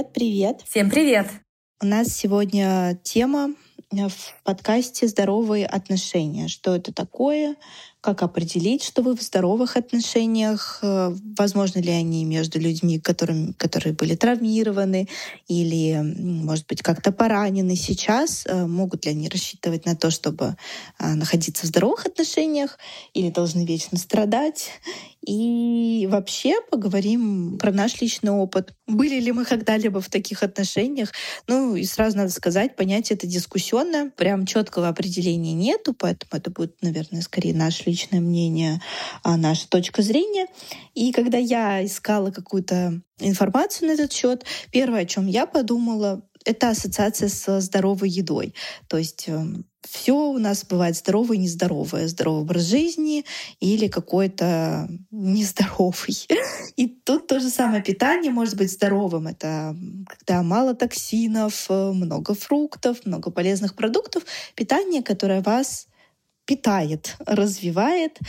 Привет! Всем привет! У нас сегодня тема в подкасте «Здоровые отношения». Что это такое? Как определить, что вы в здоровых отношениях? Возможно ли они между людьми, которые были травмированы или, может быть, как-то поранены сейчас? Могут ли они рассчитывать на то, чтобы находиться в здоровых отношениях или должны вечно страдать? И вообще поговорим про наш личный опыт. Были ли мы когда-либо в таких отношениях? Ну и сразу надо сказать, понятие это дискуссионное, прям четкого определения нету, поэтому это будет, наверное, скорее наше личное мнение, наша точка зрения. И когда я искала какую-то информацию на этот счет, первое, о чем я подумала, это ассоциация со здоровой едой. То есть все у нас бывает здоровое и нездоровое. Здоровый образ жизни или какой-то нездоровый. И тут то же самое питание может быть здоровым. Это когда мало токсинов, много фруктов, много полезных продуктов. Питание, которое вас питает, развивает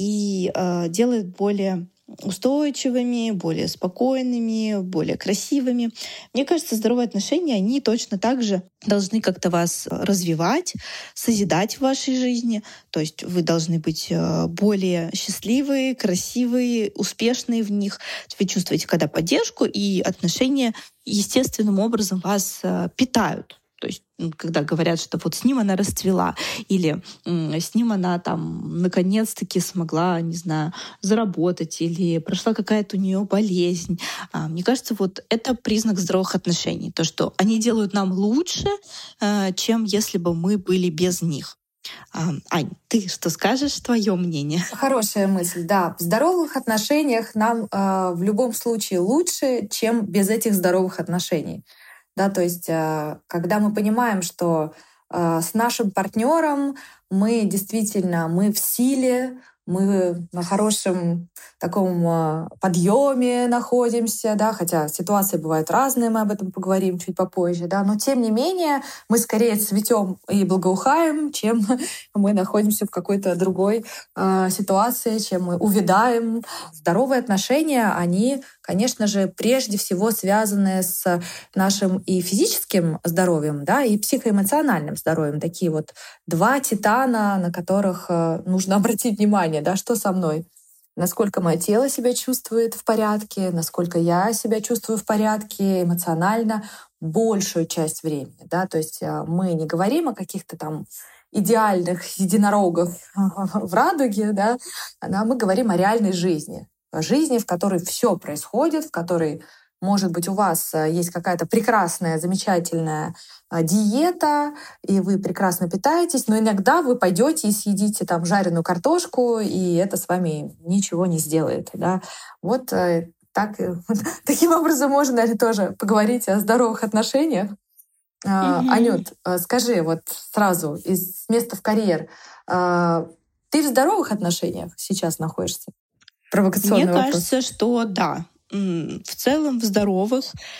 и делает более устойчивыми, более спокойными, более красивыми. Мне кажется, здоровые отношения, они точно так же должны как-то вас развивать, созидать в вашей жизни. То есть вы должны быть более счастливые, красивые, успешные в них. Вы чувствуете когда поддержку, и отношения естественным образом вас питают. То есть, когда говорят, что вот с ним она расцвела, или с ним она там наконец-таки смогла, не знаю, заработать, или прошла какая-то у нее болезнь. Мне кажется, вот это признак здоровых отношений. То, что они делают нам лучше, чем если бы мы были без них. Ань, ты что скажешь, твое мнение? Хорошая мысль, да. В здоровых отношениях нам в любом случае лучше, чем без этих здоровых отношений. Да, то есть, когда мы понимаем, что с нашим партнером мы действительно мы в силе, мы на хорошем таком подъеме находимся, да, хотя ситуации бывают разные, мы об этом поговорим чуть попозже, да, но тем не менее мы скорее цветем и благоухаем, чем мы находимся в какой-то другой ситуации, чем мы увядаем. Здоровые отношения, они, конечно же, прежде всего связаны с нашим и физическим здоровьем, да, и психоэмоциональным здоровьем. Такие вот два титана, на которых нужно обратить внимание, да, что со мной. Насколько мое тело себя чувствует в порядке, насколько я себя чувствую в порядке эмоционально большую часть времени. Да? То есть мы не говорим о каких-то там идеальных единорогах в радуге, да? Мы говорим о реальной жизни. О жизни, в которой все происходит, в которой, может быть, у вас есть какая-то прекрасная, замечательная диета, и вы прекрасно питаетесь, но иногда вы пойдете и съедите там жареную картошку, и это с вами ничего не сделает. Да? Вот таким образом можно, наверное, тоже поговорить о здоровых отношениях. Анют, скажи вот сразу из места в карьер, ты в здоровых отношениях сейчас находишься? Провокационный вопрос. Мне вопрос. кажется, что да. В целом в здоровых.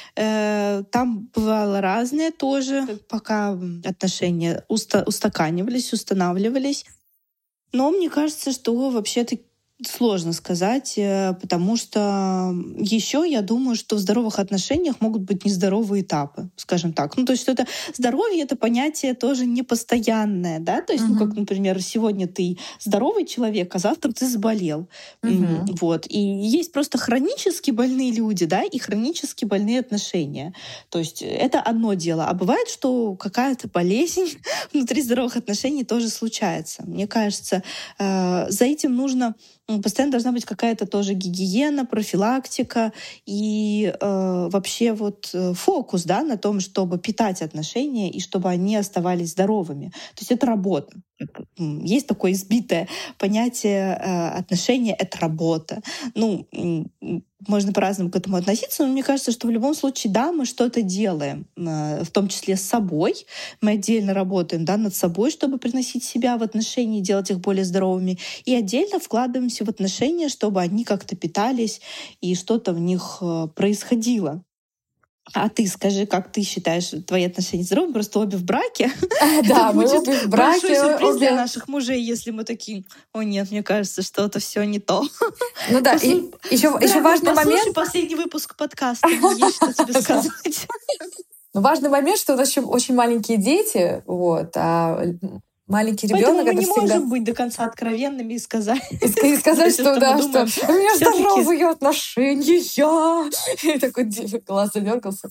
Там бывало разное тоже, пока отношения устаканивались, устанавливались. Но мне кажется, что вообще-то сложно сказать, потому что еще я думаю, что в здоровых отношениях могут быть нездоровые этапы, скажем так. Ну, то есть это здоровье — это понятие тоже непостоянное, да, то есть, ну, как, например, сегодня ты здоровый человек, а завтра ты заболел. Вот. И есть просто хронически больные люди, да, и хронически больные отношения. То есть это одно дело. А бывает, что какая-то болезнь внутри здоровых отношений тоже случается. Мне кажется, за этим нужно постоянно должна быть какая-то тоже гигиена, профилактика и вообще вот фокус, да, на том, чтобы питать отношения и чтобы они оставались здоровыми. То есть это работа. Есть такое избитое понятие отношения — это работа. Ну, можно по-разному к этому относиться, но мне кажется, что в любом случае, да, мы что-то делаем, в том числе с собой. Мы отдельно работаем, да, над собой, чтобы приносить себя в отношения, делать их более здоровыми. И отдельно вкладываемся в отношения, чтобы они как-то питались и что-то в них происходило. А ты скажи, как ты считаешь, твои отношения здоровы? Просто обе в браке. Да, Это мы будет обе в большой браке. сюрприз для наших мужей, если мы такие: о нет, мне кажется, что-то все не то. Ну да, и еще Дорогой, важный послушай момент. последний выпуск подкаста, мне есть что тебе сказать. Но важный момент, что у нас еще очень маленькие дети, вот, а маленький Поэтому ребенок мы это не всегда. можем быть до конца откровенными и сказать, И сказать, все, что что мы да, что думаем. у меня Всё-таки здоровые отношения. И такой глаз задергался.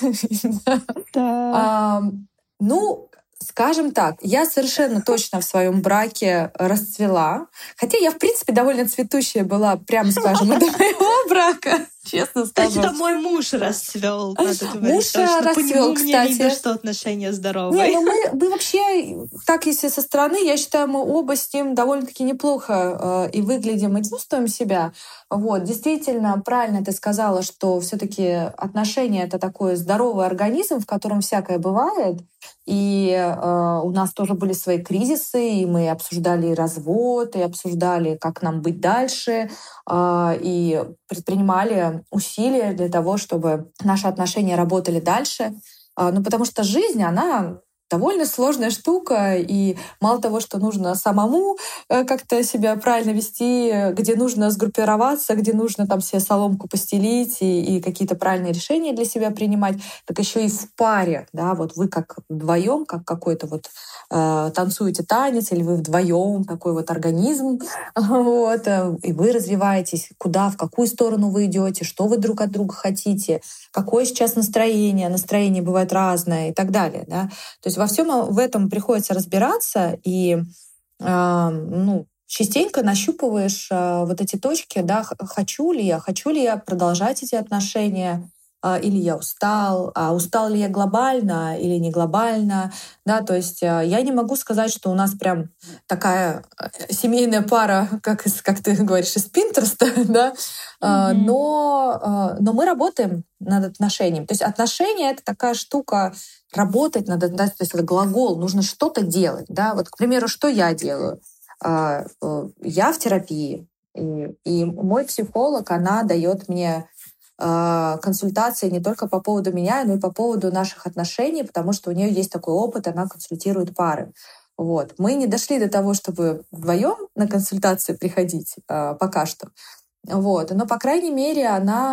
да. Ну, скажем так, я совершенно точно в своем браке расцвела. Хотя я, в принципе, довольно цветущая была, прямо скажем, и до моего брака, честно Кстати, скажу. это мой муж расцвел, надо говорить Муж точно. По нему расцвел, мне видно, кстати. что отношения Не, здоровые. ну мы вообще, так если со стороны, я считаю, мы оба с ним довольно-таки неплохо и выглядим, и чувствуем себя. Вот, действительно, правильно ты сказала, что все-таки отношения — это такой здоровый организм, в котором всякое бывает. И у нас тоже были свои кризисы, и мы обсуждали и развод, и обсуждали, как нам быть дальше, и предпринимали усилия для того, чтобы наши отношения работали дальше. Ну, потому что жизнь, она довольно сложная штука, и мало того, что нужно самому как-то себя правильно вести, где нужно сгруппироваться, где нужно там себе соломку постелить и какие-то правильные решения для себя принимать, так еще и в паре, да, вот вы как вдвоем, как какой-то вот танцуете танец, или вы вдвоем такой вот организм, вот, и вы развиваетесь, куда, в какую сторону вы идете, что вы друг от друга хотите, какое сейчас настроение бывает разное и так далее. Да? То есть во всем в этом приходится разбираться, и ну, частенько нащупываешь вот эти точки, да, хочу ли я продолжать эти отношения, или я устал, а устал ли я глобально или не глобально, да, то есть я не могу сказать, что у нас прям такая семейная пара, как ты говоришь, из Пинтерста, да, но мы работаем над отношениями. То есть отношения — это такая штука, работать надо, да, то есть это глагол, нужно что-то делать, да, вот, к примеру, что я делаю? Я в терапии, и мой психолог, она дает мне консультации не только по поводу меня, но и по поводу наших отношений, потому что у нее есть такой опыт, она консультирует пары. Вот. Мы не дошли до того, чтобы вдвоем на консультации приходить пока что. Вот. Но, по крайней мере,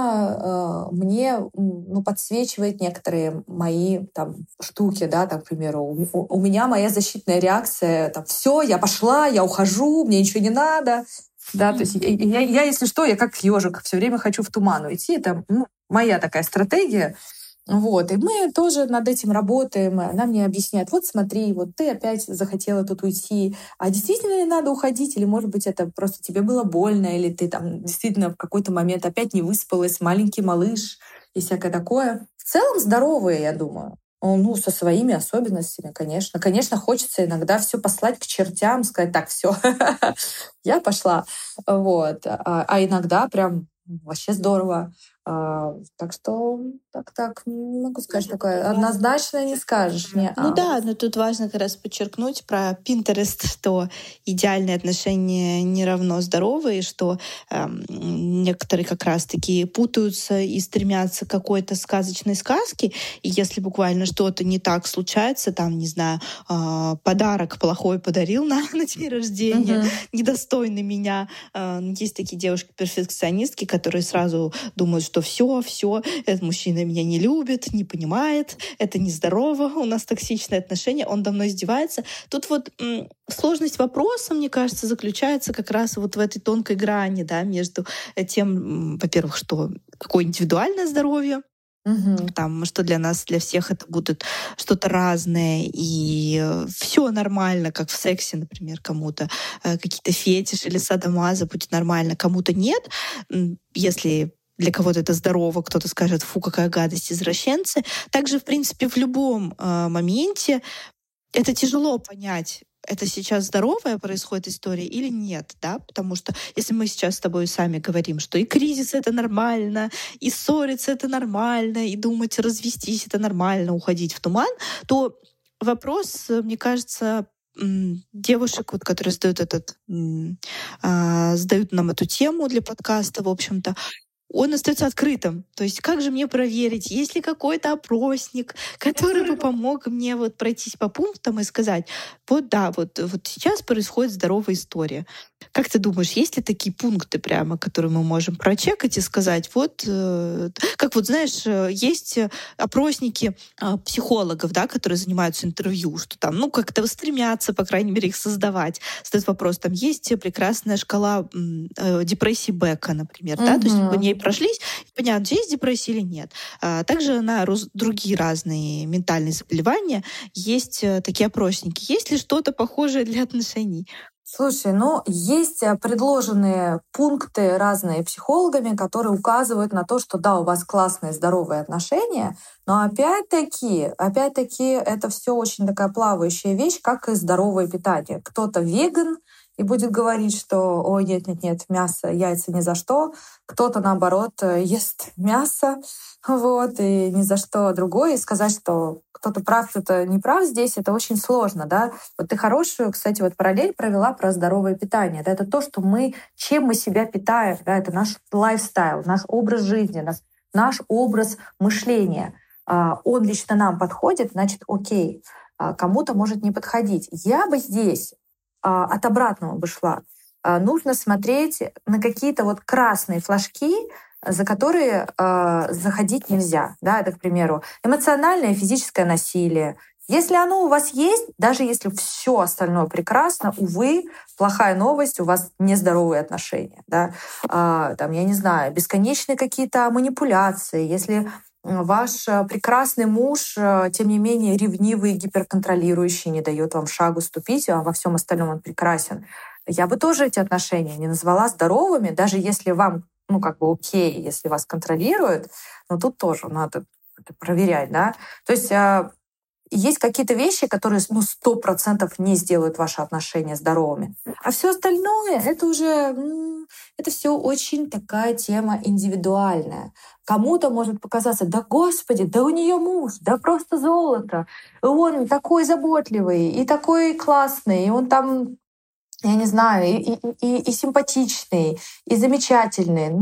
она мне подсвечивает некоторые мои там, штуки, да, там, к примеру, у меня моя защитная реакция, там, все, я пошла, я ухожу, мне ничего не надо. Да, то есть я, если что, я как ежик, все время хочу в туман уйти. Это моя такая стратегия. Вот. И мы тоже над этим работаем. Она мне объясняет: вот смотри, вот ты опять захотела тут уйти. А действительно ли надо уходить? Или, может быть, это просто тебе было больно? Или ты там действительно в какой-то момент опять не выспалась, маленький малыш и всякое такое. В целом здоровые, я думаю. Ну, со своими особенностями, конечно. Конечно, хочется иногда все послать к чертям, сказать: так, все, я пошла. Вот. А иногда прям вообще здорово. Так что так не могу сказать такое. Однозначно не скажешь. Ну да, но тут важно как раз подчеркнуть про Pinterest, что идеальные отношения не равно здоровые, что некоторые как раз-таки путаются и стремятся к какой-то сказочной сказке, и если буквально что-то не так случается, там, не знаю, подарок плохой подарил на день рождения, недостойный меня. Есть такие девушки-перфекционистки, которые сразу думают, что все, этот мужчина меня не любит, не понимает, это нездорово, у нас токсичные отношения, он давно издевается. Тут вот сложность вопроса, мне кажется, заключается как раз вот в этой тонкой грани, да, между тем, во-первых, что какое индивидуальное здоровье, там, что для нас, для всех это будет что-то разное, и все нормально, как в сексе, например, кому-то какие-то фетиши или садомазо будет нормально, кому-то нет. Если для кого-то это здорово, кто-то скажет: фу, какая гадость, извращенцы. Также, в принципе, в любом моменте это тяжело понять, это сейчас здоровая происходит история или нет, да? Потому что если мы сейчас с тобой сами говорим, что и кризис — это нормально, и ссориться — это нормально, и думать развестись — это нормально, уходить в туман, то вопрос, мне кажется, девушек, вот, которые задают нам эту тему для подкаста, в общем-то, он остается открытым. То есть как же мне проверить, есть ли какой-то опросник, который бы помог мне вот пройтись по пунктам и сказать, вот да, вот сейчас происходит здоровая история. Как ты думаешь, есть ли такие пункты прямо, которые мы можем прочекать и сказать, вот, как вот знаешь, есть опросники психологов, да, которые занимаются интервью, что там, ну, как-то стремятся, по крайней мере, их создавать. Задают вопрос, там есть прекрасная шкала депрессии Бека, например, да, то есть по ней прошлись, понятно, есть депрессия или нет. Также на другие разные ментальные заболевания есть такие опросники. Есть ли что-то похожее для отношений? Слушай, ну есть предложенные пункты разные психологами, которые указывают на то, что да, у вас классные здоровые отношения, но опять-таки это все очень такая плавающая вещь, как и здоровое питание. Кто-то веган и будет говорить, что ой, нет, мясо, яйца ни за что. Кто-то, наоборот, ест мясо, вот, и ни за что другое. И сказать, что кто-то прав, кто-то не прав здесь, это очень сложно, да. Вот ты хорошую, кстати, вот параллель провела про здоровое питание. Да, это то, что чем мы себя питаем, да, это наш лайфстайл, наш образ жизни, наш образ мышления. Он лично нам подходит, значит, окей. Кому-то может не подходить. Я бы здесь от обратного бы шла. Нужно смотреть на какие-то вот красные флажки, за которые заходить нельзя. Да, это, к примеру, эмоциональное и физическое насилие. Если оно у вас есть, даже если все остальное прекрасно, увы, плохая новость, у вас нездоровые отношения. Да? Там, я не знаю, бесконечные какие-то манипуляции. Если ваш прекрасный муж, тем не менее, ревнивый, гиперконтролирующий, не дает вам шагу ступить, а во всем остальном он прекрасен. Я бы тоже эти отношения не назвала здоровыми, даже если вам окей, если вас контролируют, но тут тоже надо это проверять, да. То есть есть какие-то вещи, которые 100% не сделают ваши отношения здоровыми. А все остальное, это уже, это все очень такая тема индивидуальная. Кому-то может показаться, да господи, да у нее муж, да просто золото. И он такой заботливый, и такой классный, и он там, я не знаю, и симпатичный, и замечательный.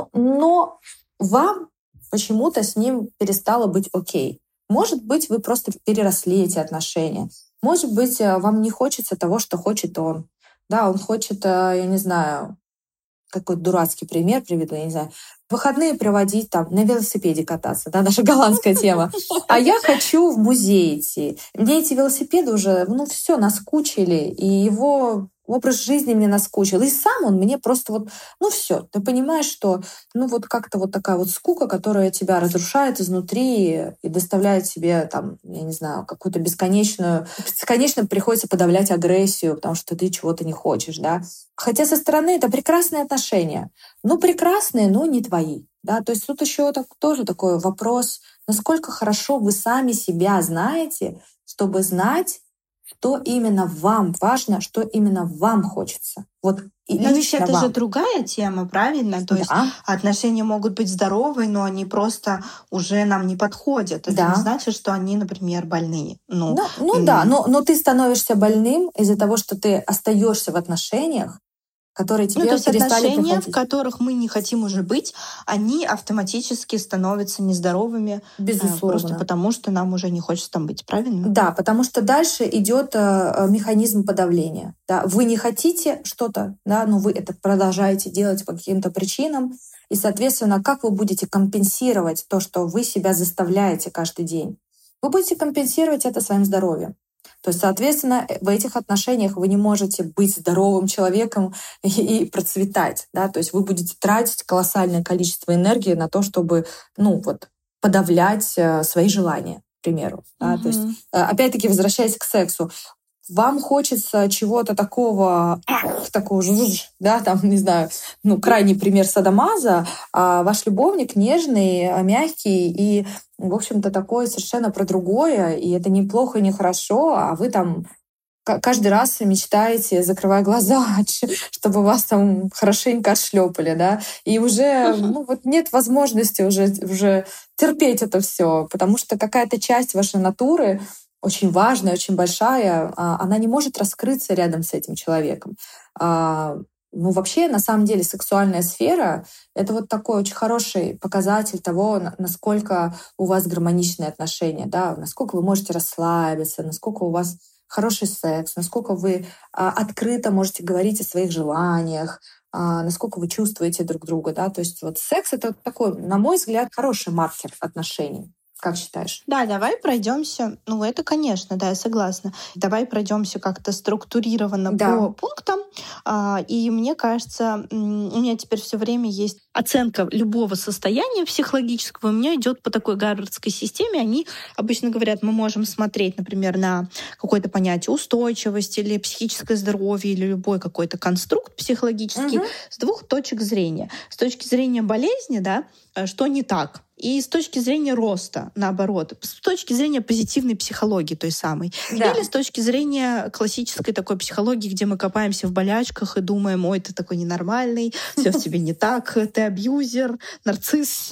Но вам почему-то с ним перестало быть окей. Может быть, вы просто переросли эти отношения. Может быть, вам не хочется того, что хочет он. Да, он хочет, я не знаю, какой дурацкий пример приведу, я не знаю, выходные проводить там, на велосипеде кататься, да, наша голландская тема. А я хочу в музей идти. Мне эти велосипеды уже, все наскучили, и его образ жизни мне наскучил. И сам он мне просто все. Ты понимаешь, что, как-то вот такая вот скука, которая тебя разрушает изнутри и доставляет тебе, там, я не знаю, какую-то бесконечно приходится подавлять агрессию, потому что ты чего-то не хочешь, да. Хотя со стороны это прекрасные отношения. Прекрасные, но не твои. Да? То есть тут еще тоже такой вопрос, насколько хорошо вы сами себя знаете, чтобы знать, что именно вам важно, что именно вам хочется. Вот но ведь это же другая тема, правильно? То есть отношения могут быть здоровые, но они просто уже нам не подходят. Это не значит, что они, например, больные. Но ты становишься больным из-за того, что ты остаешься в отношениях, которые тебе то есть отношения, приходить. в которых мы не хотим уже быть, они автоматически становятся нездоровыми. Безусловно. Просто потому, что нам уже не хочется там быть, правильно? Да, потому что дальше идет механизм подавления. Да, вы не хотите что-то, да, но вы это продолжаете делать по каким-то причинам. И, соответственно, как вы будете компенсировать то, что вы себя заставляете каждый день? Вы будете компенсировать это своим здоровьем. То есть, соответственно, в этих отношениях вы не можете быть здоровым человеком и процветать. Да? То есть вы будете тратить колоссальное количество энергии на то, чтобы подавлять свои желания, к примеру. Да? То есть, опять-таки, возвращаясь к сексу, вам хочется чего-то такого, да, там, не знаю, крайний пример садомаза, а ваш любовник нежный, мягкий и, в общем-то, такое совершенно про другое, и это неплохо и нехорошо, а вы там каждый раз мечтаете, закрывая глаза, чтобы вас там хорошенько отшлепали, да, и уже нет возможности уже терпеть это все, потому что какая-то часть вашей натуры очень важная, очень большая, она не может раскрыться рядом с этим человеком. вообще, на самом деле, сексуальная сфера — это вот такой очень хороший показатель того, насколько у вас гармоничные отношения, да, насколько вы можете расслабиться, насколько у вас хороший секс, насколько вы открыто можете говорить о своих желаниях, насколько вы чувствуете друг друга, да. То есть вот секс — это такой, на мой взгляд, хороший маркер отношений. Как считаешь? Да, давай пройдемся. Ну, это, конечно, да, я согласна. Давай пройдемся как-то структурированно по пунктам. И мне кажется, у меня теперь все время есть оценка любого состояния психологического. У меня идет по такой гарвардской системе. Они обычно говорят, мы можем смотреть, например, на какое-то понятие устойчивости или психическое здоровье или любой какой-то конструкт психологический с двух точек зрения. С точки зрения болезни, да, что не так. И с точки зрения роста, наоборот, с точки зрения позитивной психологии той самой. Да. Или с точки зрения классической такой психологии, где мы копаемся в болячках и думаем, ой, ты такой ненормальный, все в тебе не так, ты абьюзер, нарцисс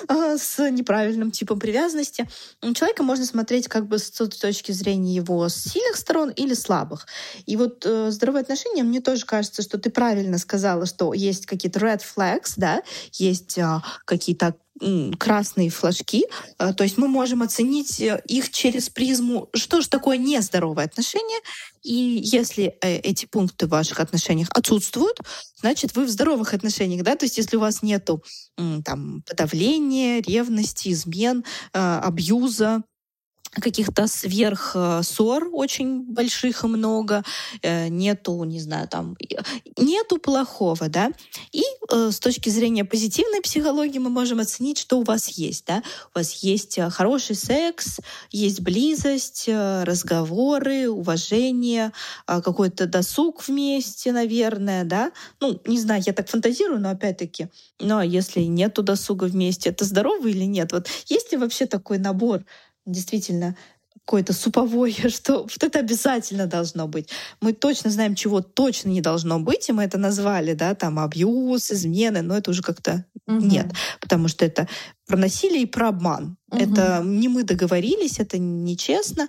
с неправильным типом привязанности. У человека можно смотреть как бы с точки зрения его сильных сторон или слабых. И вот здоровые отношения, мне тоже кажется, что ты правильно сказала, что есть какие-то red flags, да, есть какие-то красные флажки, то есть мы можем оценить их через призму, что же такое нездоровое отношение, и если эти пункты в ваших отношениях отсутствуют, значит, вы в здоровых отношениях, да, то есть если у вас нету там подавления, ревности, измен, абьюза, каких-то сверх-ссор очень больших и много, нету, не знаю, там, нету плохого, да. И с точки зрения позитивной психологии мы можем оценить, что у вас есть, да. У вас есть хороший секс, есть близость, разговоры, уважение, какой-то досуг вместе, наверное, да. Ну, не знаю, я так фантазирую, но опять-таки, но если нету досуга вместе, это здорово или нет? Вот есть ли вообще такой набор действительно какой-то суповой, что вот это обязательно должно быть. Мы точно знаем, чего точно не должно быть, и мы это назвали, да, там, абьюз, измены, но это уже как-то нет, потому что это про насилие и про обман. Это не мы договорились, это нечестно,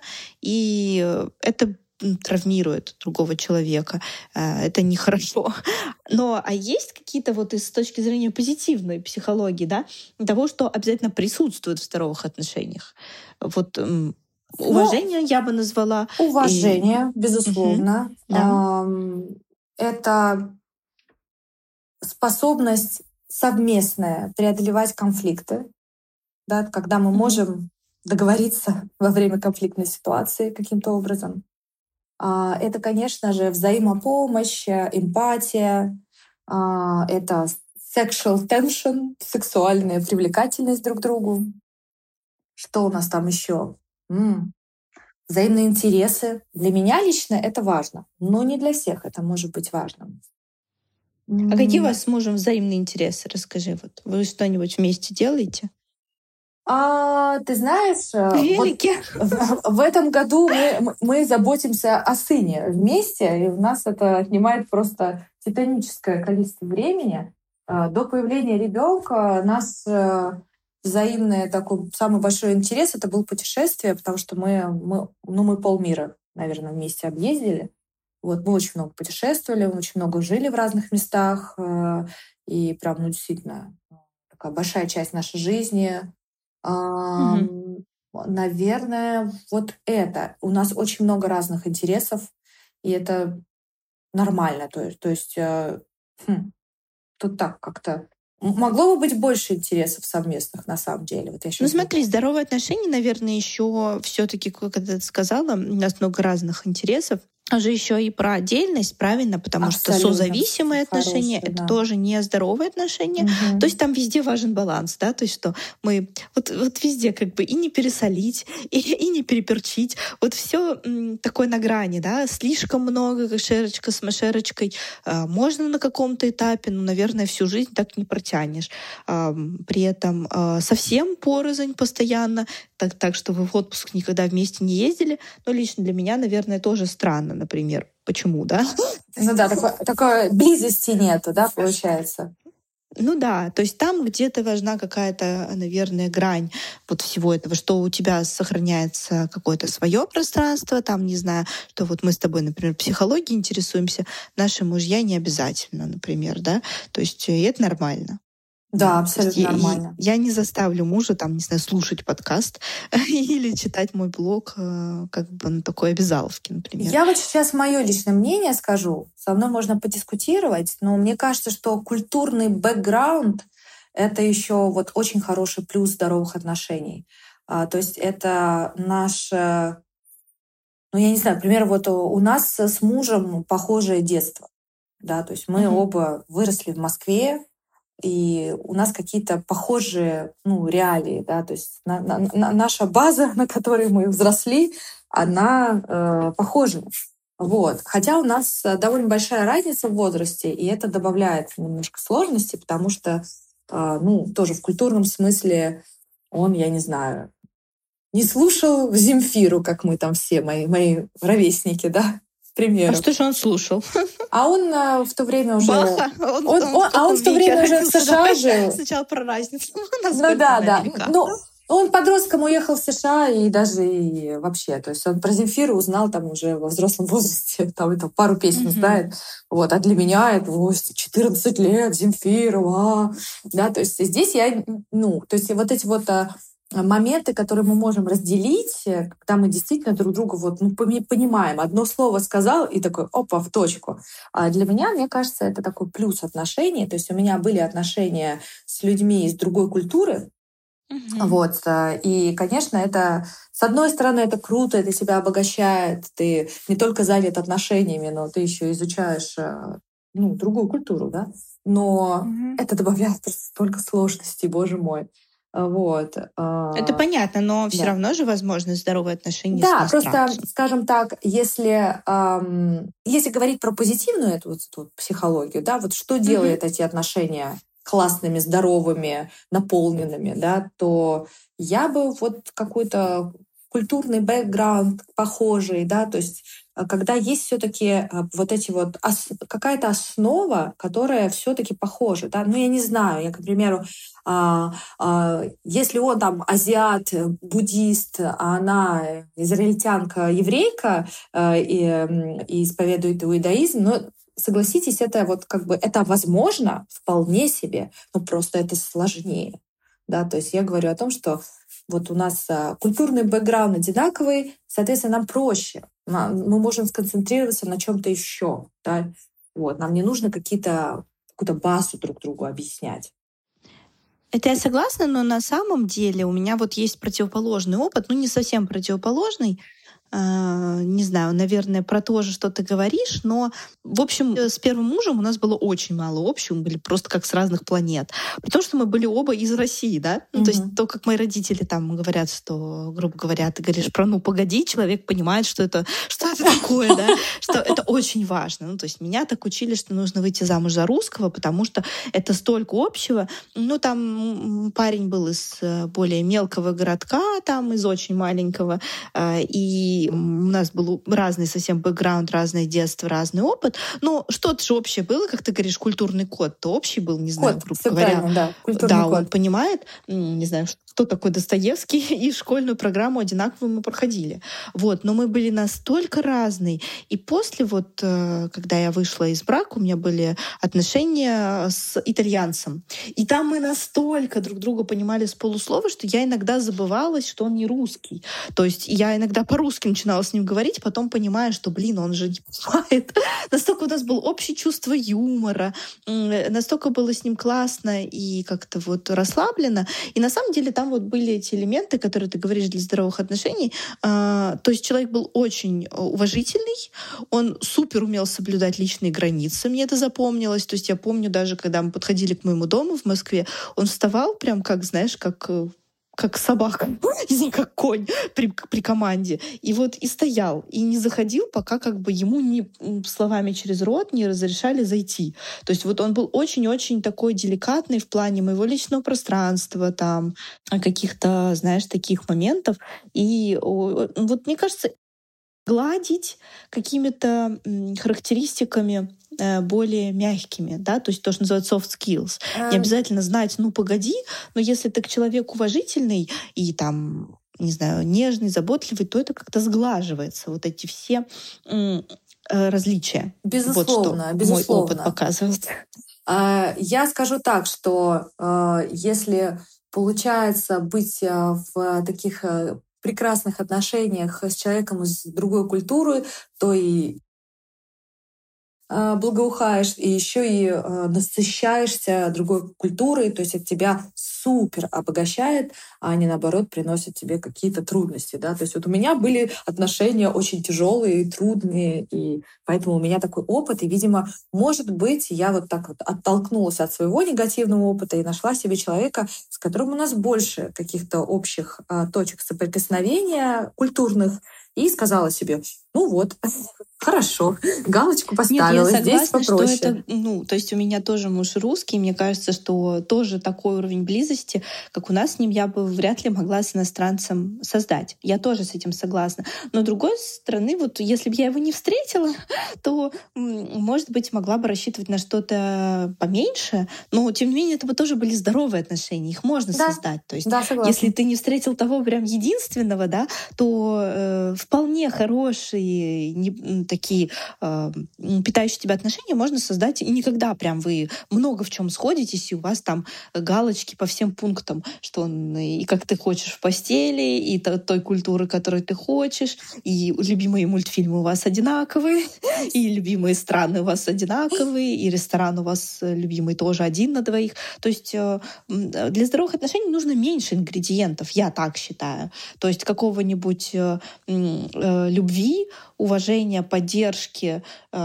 и это травмирует другого человека. Это нехорошо. Но а есть какие-то вот с точки зрения позитивной психологии, да, того, что обязательно присутствует в здоровых отношениях? Вот уважение я бы назвала. Уважение, безусловно. Да. Это способность совместная преодолевать конфликты, да, когда мы можем договориться во время конфликтной ситуации каким-то образом. Это, конечно же, взаимопомощь, эмпатия, это sexual tension, сексуальная привлекательность друг к другу. Что у нас там еще? Взаимные интересы. Для меня лично это важно, но не для всех это может быть важным. А какие у вас с мужем взаимные интересы? Расскажи, вот вы что-нибудь вместе делаете? Ты знаешь, вот в этом году мы заботимся о сыне вместе, и у нас это отнимает просто титаническое количество времени. До появления ребенка нас взаимный такой самый большой интерес — это было путешествие, потому что мы полмира, наверное, вместе объездили. Вот, мы очень много путешествовали, мы очень много жили в разных местах, и прям, действительно, такая большая часть нашей жизни. Наверное, вот это. У нас очень много разных интересов, и это нормально. То есть тут так как-то могло бы быть больше интересов совместных, на самом деле. Вот смотри, здоровые отношения, наверное, еще все-таки, как ты сказала, у нас много разных интересов. Же еще и про отдельность, правильно? Потому что созависимые отношения — это тоже не здоровые отношения. То есть там везде важен баланс, да, то есть что мы вот везде как бы и не пересолить, и не переперчить. Вот все такое на грани, да, слишком много, как шерочка с машерочкой. Можно на каком-то этапе, но, наверное, всю жизнь так не протянешь. При этом совсем порознь постоянно, так что вы в отпуск никогда вместе не ездили. Но лично для меня, наверное, тоже странно, например. Почему, да? Ну да, такой близости нету, да, получается? Ну да, то есть там где-то важна какая-то, наверное, грань вот всего этого, что у тебя сохраняется какое-то свое пространство, там, не знаю, что вот мы с тобой, например, психологией интересуемся, наши мужья не обязательно, например, да, то есть и это нормально. Да, То есть абсолютно нормально. я не заставлю мужа, там, не знаю, слушать подкаст или читать мой блог как бы на такой обязаловке, например. Я вот сейчас мое личное мнение скажу. Со мной можно подискутировать, но мне кажется, что культурный бэкграунд — это еще вот очень хороший плюс здоровых отношений. То есть это наше, ну я не знаю, например, вот у нас с мужем похожее детство. Да, то есть мы Мгм. оба выросли в Москве, и у нас какие-то похожие, ну, реалии, да, то есть наша база, на которой мы взросли, она похожа. Вот. Хотя у нас довольно большая разница в возрасте, и это добавляет немножко сложности, потому что, ну, тоже в культурном смысле он, я не знаю, не слушал Земфиру, как мы там все, мои ровесники, да, к А примеру. что же он слушал? А он в то время уже... Баха? Он в Он каком в то веке время уже в родился? США Давай жил. сначала про разницу. Ну Насколько да, она да. велика? Ну, он подростком уехал в США и даже и вообще. То есть он про Земфиру узнал там уже во взрослом возрасте. Там это пару песен Мгм. знает. Вот. А для меня это 14 лет, Земфира, да, то есть здесь я, ну, то есть вот эти вот моменты, которые мы можем разделить, когда мы действительно друг друга вот, ну, понимаем. Одно слово сказал и такой, опа, в точку. А для меня, мне кажется, это такой плюс отношений. То есть у меня были отношения с людьми из другой культуры. Мгм. Вот. И, конечно, это, с одной стороны, это круто, это тебя обогащает. Ты не только занят отношениями, но ты еще изучаешь ну, другую культуру, да. Но Мгм. это добавляет просто столько сложностей, боже мой. Вот. Это понятно, но все Да. равно же возможны здоровые отношения с Да, просто, иностранцем. скажем так, если говорить про позитивную эту вот психологию, да, вот что Мгм. делает эти отношения классными, здоровыми, наполненными, да, то я бы вот какой-то культурный бэкграунд похожий, да, то есть когда есть все-таки вот эти вот какая-то основа, которая все-таки похожа, да, ну я не знаю, я, к примеру, если он там азиат, буддист, а она израильтянка, еврейка и исповедует иудаизм, но согласитесь, это вот как бы это возможно вполне себе, но просто это сложнее. Да, то есть я говорю о том, что вот у нас культурный бэкграунд одинаковый, соответственно, нам проще. Мы можем сконцентрироваться на чем-то еще. Да? Вот, нам не нужно какую-то базу друг другу объяснять. Это я согласна, но на самом деле у меня вот есть противоположный опыт, ну не совсем противоположный, не знаю, наверное, про то же, что ты говоришь, но, в общем, с первым мужем у нас было очень мало общего, мы были просто как с разных планет. При том, что мы были оба из России, да? Ну, то есть Мгм. то, как мои родители там говорят, что, грубо говоря, ты говоришь про «ну, погоди», человек понимает, что это такое, да? Что это очень важно. Ну, то есть меня так учили, что нужно выйти замуж за русского, потому что это столько общего. Ну, там парень был из более мелкого городка, там из очень маленького, и у нас был разный совсем бэкграунд, разное детство, разный опыт. Но что-то же общее было, как ты говоришь, культурный код-то общий был, не знаю, Код, грубо все говоря. правильно, да, культурный Да, он код. понимает, не знаю, кто такой Достоевский, и школьную программу одинаково мы проходили. Вот, но мы были настолько разные. И после вот, когда я вышла из брака, у меня были отношения с итальянцем. И там мы настолько друг друга понимали с полуслова, что я иногда забывалась, что он не русский. То есть я иногда по-русски начинала с ним говорить, потом понимая, что, блин, он же не понимает. Настолько у нас было общее чувство юмора, настолько было с ним классно и как-то вот расслабленно. И на самом деле там вот были эти элементы, которые ты говоришь для здоровых отношений. То есть человек был очень уважительный, он супер умел соблюдать личные границы, мне это запомнилось. То есть я помню даже, когда мы подходили к моему дому в Москве, он вставал прям как, знаешь, как собака, не знаю, как конь при команде. И вот и стоял, и не заходил, пока как бы ему не словами через рот не разрешали зайти. То есть вот он был очень-очень такой деликатный в плане моего личного пространства, там, каких-то, знаешь, таких моментов. И вот мне кажется, гладить какими-то характеристиками более мягкими, да, то есть то, что называется soft skills. Не обязательно знать, ну, погоди, но если ты к человеку уважительный и там, не знаю, нежный, заботливый, то это как-то сглаживается, вот эти все различия. Безусловно, вот что безусловно. мой опыт показывает. Я скажу так, что если получается быть в таких прекрасных отношениях с человеком из другой культуры, то и благоухаешь, и еще и насыщаешься другой культурой, то есть это тебя супер обогащает, а не наоборот приносит тебе какие-то трудности, да. То есть вот у меня были отношения очень тяжелые, трудные, и поэтому у меня такой опыт, и, видимо, может быть, я вот так вот оттолкнулась от своего негативного опыта и нашла себе человека, с которым у нас больше каких-то общих точек соприкосновения культурных, и сказала себе, ну вот, хорошо, галочку поставила. Нет, я здесь согласна, попроще. что это, то есть у меня тоже муж русский, мне кажется, что тоже такой уровень близости, как у нас с ним, я бы вряд ли могла с иностранцем создать. Я тоже с этим согласна. Но с другой стороны, вот если бы я его не встретила, то, может быть, могла бы рассчитывать на что-то поменьше, но тем не менее это бы тоже были здоровые отношения, их можно создать. То есть если ты не встретил того прям единственного, да, то вполне хорошие, такие питающие тебя отношения можно создать, и никогда прям вы много в чем сходитесь, и у вас там галочки по всем пунктам, что он и как ты хочешь в постели, и той культуры, которой ты хочешь, и любимые мультфильмы у вас одинаковые, и любимые страны у вас одинаковые, и ресторан у вас любимый тоже один на двоих. То есть для здоровых отношений нужно меньше ингредиентов, я так считаю. То есть какого-нибудь любви, уважения, поддержки,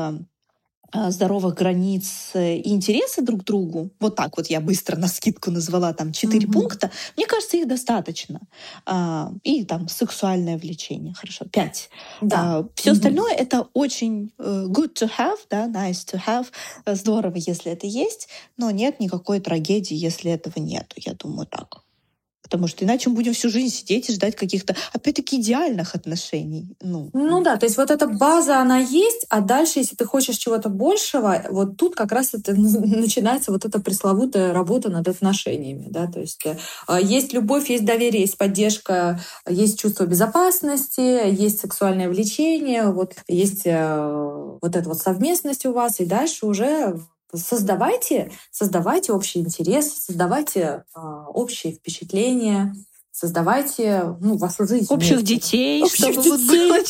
здоровых границ и интереса друг к другу, вот так вот я быстро навскидку назвала там 4 пункта, мне кажется, их достаточно. И там сексуальное влечение, хорошо, 5. Да. Все остальное — это очень good to have, да, nice to have, здорово, если это есть, но нет никакой трагедии, если этого нет. Я думаю, так. Потому что иначе мы будем всю жизнь сидеть и ждать каких-то, опять-таки, идеальных отношений. Ну да, то есть вот эта база, она есть, а дальше, если ты хочешь чего-то большего, вот тут как раз это начинается вот эта пресловутая работа над отношениями. Да? То есть есть любовь, есть доверие, есть поддержка, есть чувство безопасности, есть сексуальное влечение, вот есть вот эта вот совместность у вас, и дальше уже создавайте общий интерес, создавайте общие впечатления, создавайте вашу жизнь. Общих детей, чтобы вот было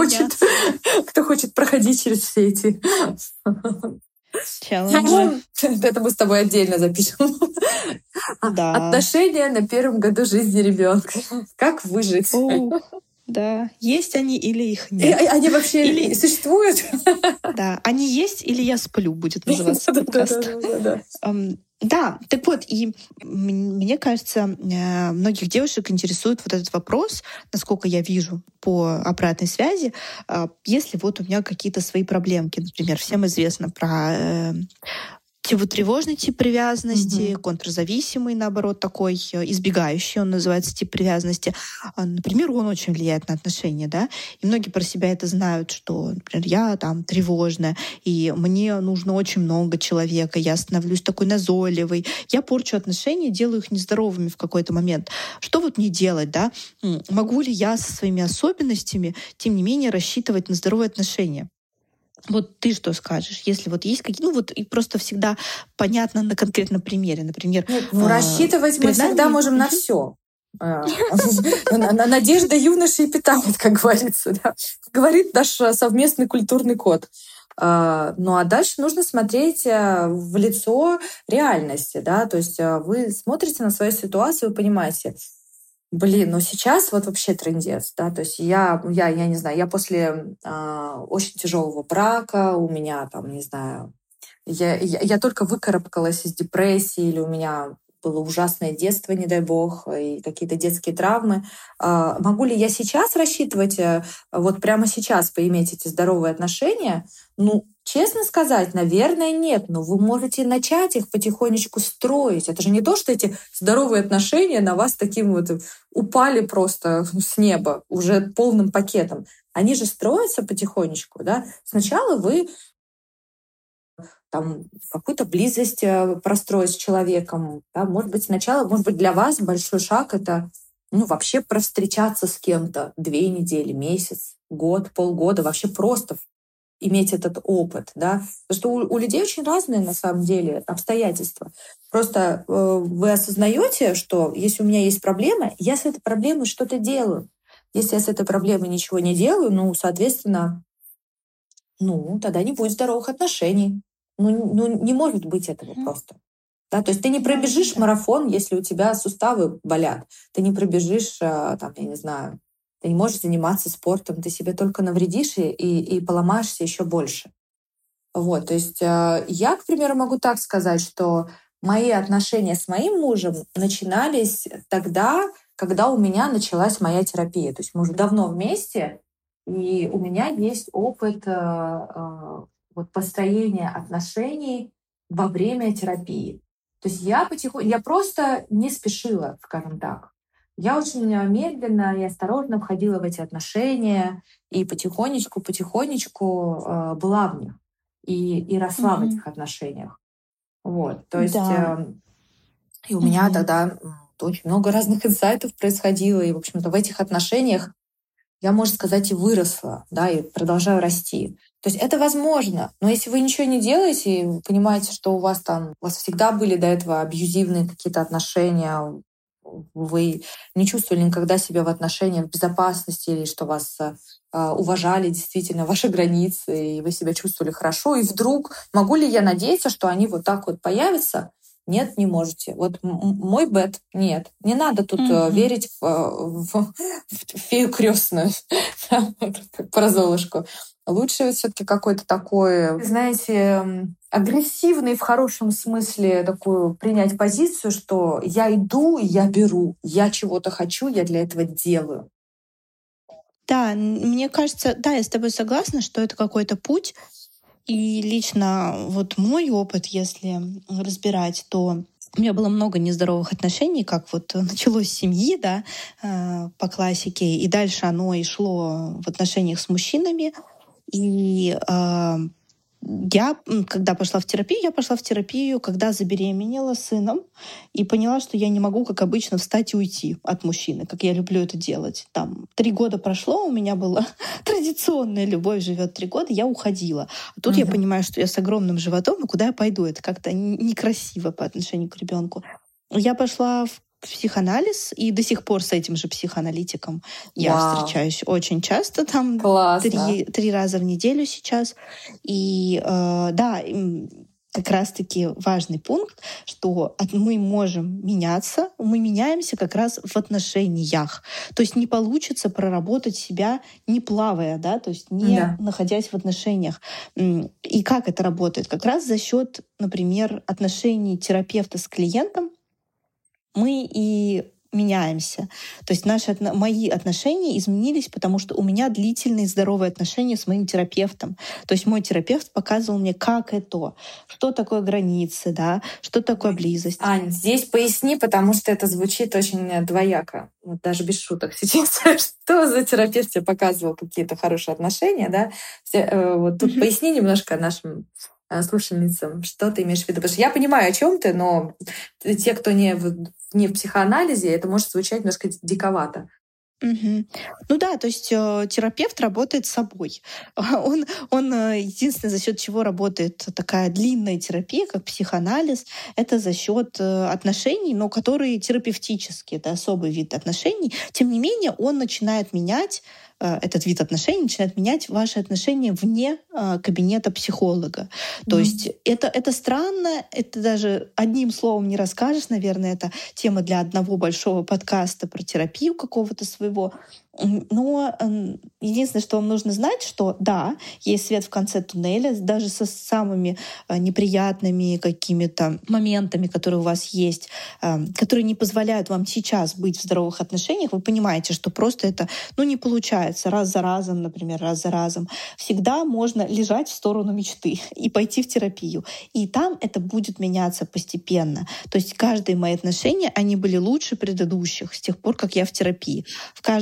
кто хочет проходить через все эти челленджи. Это мы с тобой отдельно запишем. Да. Отношения на первом году жизни ребенка. Как выжить? Да, есть они или их нет. Они вообще существуют? Да, они есть или я сплю, будет называться подкаст. Да, так вот, и мне кажется, многих девушек интересует вот этот вопрос, насколько я вижу по обратной связи, если вот у меня какие-то свои проблемки, например, всем известно про тревожный тип привязанности, контрзависимый, наоборот, такой избегающий, он называется тип привязанности. Например, он очень влияет на отношения, да, и многие про себя это знают, что, например, я там тревожная, и мне нужно очень много человека, я становлюсь такой назойливой, я порчу отношения, делаю их нездоровыми в какой-то момент. Что вот мне делать, да? Могу ли я со своими особенностями, тем не менее, рассчитывать на здоровые отношения? Вот ты что скажешь, если вот есть какие... и просто всегда понятно на конкретном примере. Например, рассчитывать мы всегда можем на все. Надежда юноши и питает, как говорится. Да? Говорит наш совместный культурный код. Ну а дальше нужно смотреть в лицо реальности. Да? То есть вы смотрите на свою ситуацию и понимаете, сейчас вот вообще трындец, да, то есть я не знаю, я после очень тяжелого брака, у меня там, не знаю, я только выкарабкалась из депрессии, или у меня было ужасное детство, не дай бог, и какие-то детские травмы. Могу ли я сейчас рассчитывать, вот прямо сейчас поиметь эти здоровые отношения? Честно сказать, наверное, нет, но вы можете начать их потихонечку строить. Это же не то, что эти здоровые отношения на вас таким вот упали просто с неба, уже полным пакетом. они же строятся потихонечку, да. Сначала вы там какую-то близость простроить с человеком, да. Может быть, сначала, может быть, для вас большой шаг — это вообще провстречаться с кем-то 2 недели, месяц, год, полгода, вообще просто иметь этот опыт, да. Потому что у людей очень разные на самом деле обстоятельства. Просто вы осознаете, что если у меня есть проблема, я с этой проблемой что-то делаю. Если я с этой проблемой ничего не делаю, соответственно, тогда не будет здоровых отношений. Не может быть этого просто. Да, то есть ты не пробежишь марафон, если у тебя суставы болят. Ты не пробежишь, я не знаю, ты не можешь заниматься спортом, ты себе только навредишь и поломаешься еще больше. Вот, то есть я, к примеру, могу так сказать, что мои отношения с моим мужем начинались тогда, когда у меня началась моя терапия. То есть мы уже давно вместе, и у меня есть опыт построения отношений во время терапии. То есть я просто не спешила, скажем так. Я очень медленно и осторожно входила в эти отношения и потихонечку была в них и росла в этих отношениях. Вот, то есть и у меня тогда очень много разных инсайтов происходило, и, в общем-то, в этих отношениях я, можно сказать, и выросла, да, и продолжаю расти. То есть это возможно, но если вы ничего не делаете, и вы понимаете, что у вас всегда были до этого абьюзивные какие-то отношения, вы не чувствовали никогда себя в отношениях в безопасности, или что вас уважали действительно ваши границы, и вы себя чувствовали хорошо, и вдруг могу ли я надеяться, что они вот так вот появятся? Нет, не можете. Вот мой бет — нет. Не надо тут верить в фею крестную, как про Золушку. Лучше все-таки какой-то такой, знаете, агрессивный в хорошем смысле такую принять позицию, что я иду, я беру, я чего-то хочу, я для этого делаю. Да, мне кажется, да, я с тобой согласна, что это какой-то путь. И лично вот мой опыт, если разбирать, то у меня было много нездоровых отношений, как вот началось с семьи, да, по классике, и дальше оно и шло в отношениях с мужчинами. И я, когда пошла в терапию, когда забеременела сыном и поняла, что я не могу, как обычно, встать и уйти от мужчины, как я люблю это делать. 3 года прошло, у меня была традиционная любовь, живет 3 года, я уходила. А тут я понимаю, что я с огромным животом, и куда я пойду? Это как-то некрасиво по отношению к ребенку. Я пошла в психоанализ, и до сих пор с этим же психоаналитиком я встречаюсь очень часто, 3 раза в неделю сейчас. И да, как раз-таки важный пункт, что мы можем меняться, мы меняемся как раз в отношениях. То есть не получится проработать себя, не плавая, да, то есть не находясь в отношениях. И как это работает? Как раз за счет, например, отношений терапевта с клиентом мы и меняемся. То есть мои отношения изменились, потому что у меня длительные здоровые отношения с моим терапевтом. То есть мой терапевт показывал мне, как это, что такое границы, да, что такое близость. Ань, здесь поясни, потому что это звучит очень двояко. Вот даже без шуток сейчас. Что за терапевт тебе показывал какие-то хорошие отношения, да? Вот тут поясни немножко нашим слушательницам, что ты имеешь в виду. Потому что я понимаю, о чем ты, но те, кто не в психоанализе, это может звучать немножко диковато. Ну да, то есть терапевт работает с собой. Он единственное, за счет чего работает такая длинная терапия, как психоанализ, это за счет отношений, но которые терапевтические, это особый вид отношений. Тем не менее, он начинает менять этот вид отношений, начинает менять ваши отношения вне кабинета психолога. То есть это странно, это даже одним словом не расскажешь, наверное, это тема для одного большого подкаста про терапию какого-то своего. Но единственное, что вам нужно знать, что да, есть свет в конце туннеля, даже со самыми неприятными какими-то моментами, которые у вас есть, которые не позволяют вам сейчас быть в здоровых отношениях, вы понимаете, что просто это не получается раз за разом, например, раз за разом. Всегда можно лежать в сторону мечты и пойти в терапию. И там это будет меняться постепенно. То есть каждые мои отношения, они были лучше предыдущих с тех пор, как я в терапии. В каждых новых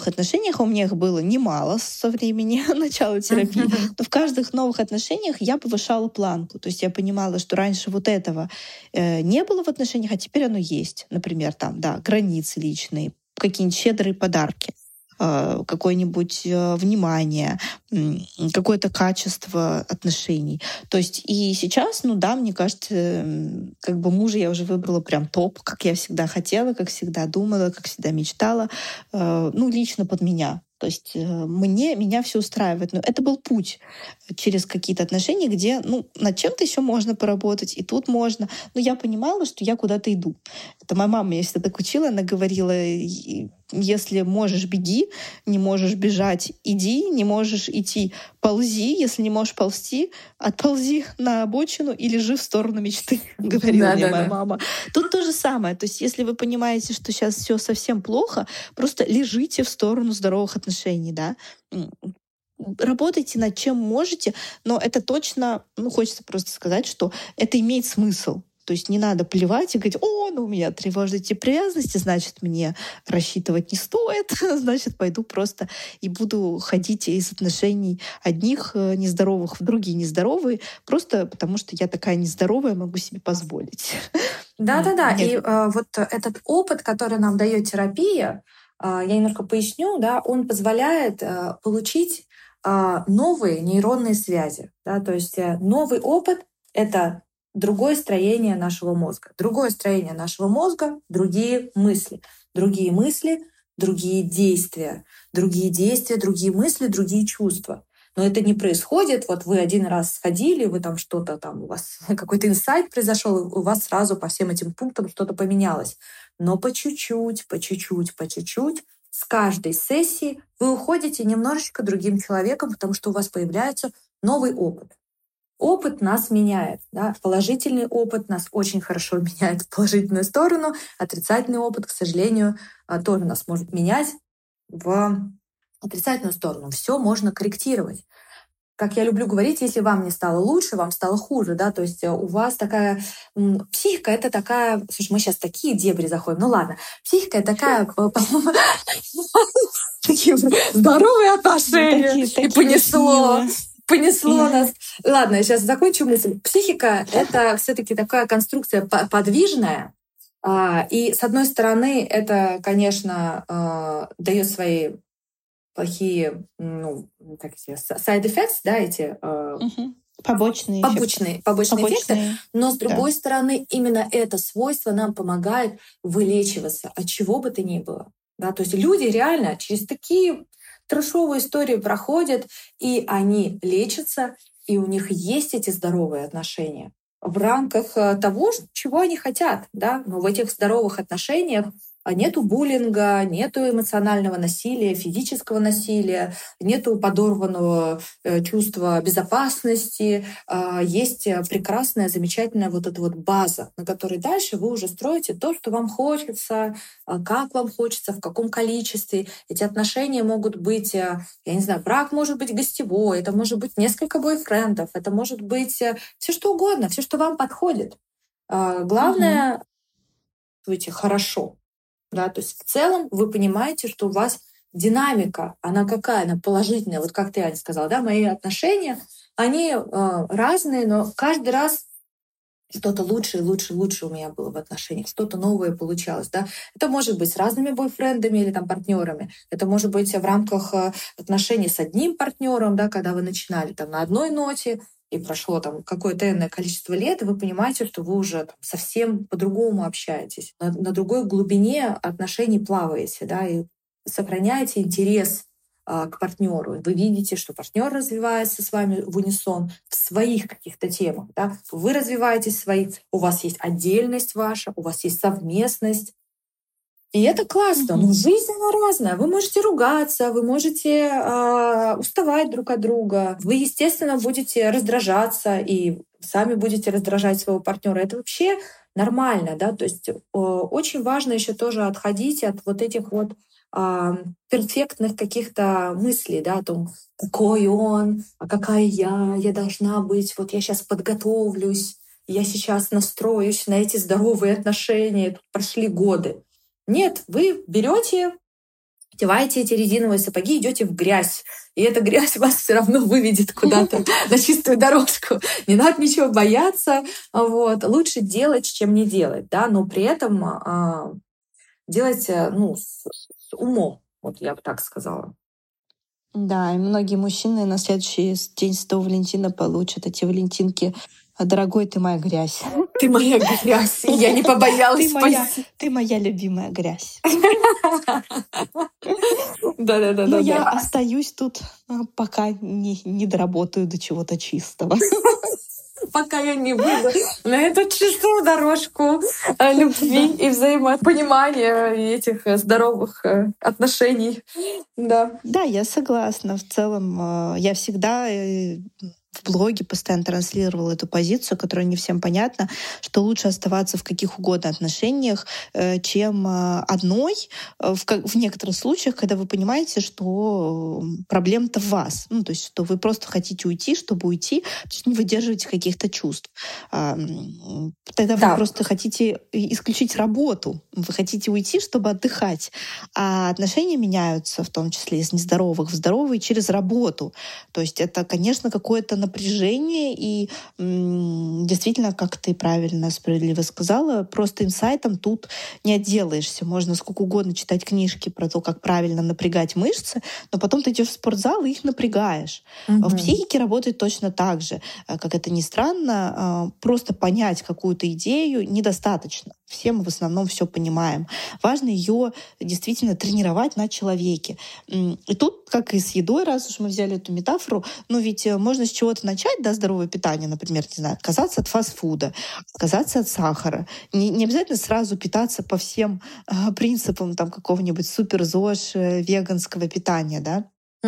отношениях, а у меня их было немало со времени начала терапии, но в каждых новых отношениях я повышала планку. То есть я понимала, что раньше вот этого не было в отношениях, а теперь оно есть. Например, там, да, границы личные, какие-нибудь щедрые подарки, какое-нибудь внимание, какое-то качество отношений. То есть и сейчас, ну да, мне кажется, как бы мужа я уже выбрала прям топ, как я всегда хотела, как всегда думала, как всегда мечтала, ну лично под меня. То есть меня все устраивает. Но это был путь через какие-то отношения, где ну, над чем-то еще можно поработать, и тут можно. Но я понимала, что я куда-то иду. Это моя мама меня всегда так учила, она говорила, если можешь, беги, не можешь бежать, иди, не можешь идти, ползи, если не можешь ползти, отползи на обочину и лежи в сторону мечты, говорила мне моя мама. Тут то же самое. То есть если вы понимаете, что сейчас все совсем плохо, просто лежите в сторону здоровых отношений, да, работайте над чем можете, но это точно, ну, хочется просто сказать, что это имеет смысл. То есть не надо плевать и говорить, ну у меня тревожные тип привязанности, значит, мне рассчитывать не стоит, значит, пойду просто и буду ходить из отношений одних нездоровых в другие нездоровые, просто потому что я такая нездоровая, могу себе позволить. Да. И вот этот опыт, который нам дает терапия, я немножко поясню, да, он позволяет получить новые нейронные связи. Да, то есть новый опыт — это другое строение нашего мозга. Другое строение нашего мозга — другие мысли. Другие мысли — другие действия. Другие действия, другие мысли, другие чувства. Но это не происходит, вот вы один раз сходили, вы там что-то там, у вас какой-то инсайт произошел, у вас сразу по всем этим пунктам что-то поменялось. Но по чуть-чуть, с каждой сессии вы уходите немножечко другим человеком, потому что у вас появляется новый опыт. Опыт нас меняет. Да? Положительный опыт нас очень хорошо меняет в положительную сторону. Отрицательный опыт, к сожалению, тоже нас может менять в отрицательную сторону. Все можно корректировать. Как я люблю говорить, если вам не стало лучше, вам стало хуже, да, то есть у вас такая психика, это такая, слушай, мы сейчас такие дебри заходим, ну ладно, психика это такая, такие здоровые отношения, и понесло нас. Ладно, я сейчас закончу мысль. Психика это все-таки такая конструкция подвижная, и с одной стороны это, конечно, дает свои плохие, ну, как side effects, да, эти побочные эффекты. Но с другой стороны, именно это свойство нам помогает вылечиваться от чего бы то ни было. Да? То есть люди реально через такие трэшовые истории проходят, и они лечатся, и у них есть эти здоровые отношения в рамках того, чего они хотят. Да? Но в этих здоровых отношениях нету буллинга, нету эмоционального насилия, физического насилия, нету подорванного чувства безопасности. Есть прекрасная, замечательная вот эта вот база, на которой дальше вы уже строите то, что вам хочется, как вам хочется, в каком количестве. Эти отношения могут быть, я не знаю, брак может быть гостевой, это может быть несколько бойфрендов, это может быть все что угодно, все, что вам подходит. Главное, будьте хорошо. Да, то есть в целом вы понимаете, что у вас динамика, она какая? Она положительная. Вот как ты, Аня, сказала, да, мои отношения, они разные, но каждый раз что-то лучше и лучше у меня было в отношениях, что-то новое получалось. Да? Это может быть с разными бойфрендами или там, партнерами. Это может быть в рамках отношений с одним партнером, да, когда вы начинали там, на одной ноте, и прошло там какое-то энное количество лет, и вы понимаете, что вы уже там, совсем по-другому общаетесь, на другой глубине отношений плаваете, да, и сохраняете интерес к партнеру. Вы видите, что партнер развивается с вами в унисон в своих каких-то темах. Да? Вы развиваетесь в своих, у вас есть отдельность ваша, у вас есть совместность. И это классно. Но жизнь, она разная. Вы можете ругаться, вы можете уставать друг от друга. Вы, естественно, будете раздражаться и сами будете раздражать своего партнера. Это вообще нормально. Да? То есть очень важно еще тоже отходить от вот этих вот перфектных каких-то мыслей, да, о том, какой он, а какая я должна быть, вот я сейчас подготовлюсь, я сейчас настроюсь на эти здоровые отношения, тут прошли годы. Нет, вы берете одеваете эти резиновые сапоги, идете в грязь. И эта грязь вас все равно выведет куда-то на чистую дорожку. Не надо ничего бояться. Вот. Лучше делать, чем не делать, да, но при этом делать с умом, вот я бы так сказала. Да, и многие мужчины на следующий день Святого Валентина получат эти валентинки. Дорогой, ты моя грязь. Ты моя грязь, и я не побоялась. Ты моя любимая грязь. Да. Но я остаюсь тут, пока не доработаю до чего-то чистого. Пока я не выйду на эту чистую дорожку любви и взаимопонимания и этих здоровых отношений. Да. Да, я согласна. В целом, я всегда в блоге постоянно транслировала эту позицию, которая не всем понятна, что лучше оставаться в каких угодно отношениях, чем одной. В некоторых случаях, когда вы понимаете, что проблема-то в вас. Ну, то есть, что вы просто хотите уйти, чтобы уйти, то есть не выдерживаете каких-то чувств. Тогда вы просто хотите исключить работу. Вы хотите уйти, чтобы отдыхать. А отношения меняются, в том числе из нездоровых в здоровые, через работу. То есть это, конечно, какое-то напряжение, и действительно, как ты правильно, справедливо сказала, просто инсайтом тут не отделаешься. Можно сколько угодно читать книжки про то, как правильно напрягать мышцы, но потом ты идешь в спортзал и их напрягаешь. В психике работает точно так же. Как это ни странно, просто понять какую-то идею недостаточно. Все мы в основном все понимаем. Важно ее действительно тренировать на человеке. И тут, как и с едой, раз уж мы взяли эту метафору, ведь можно с чего-то начать, да, здоровое питание, например, не знаю, отказаться от фастфуда, отказаться от сахара. Не обязательно сразу питаться по всем принципам там какого-нибудь супер-ЗОЖ веганского питания, да.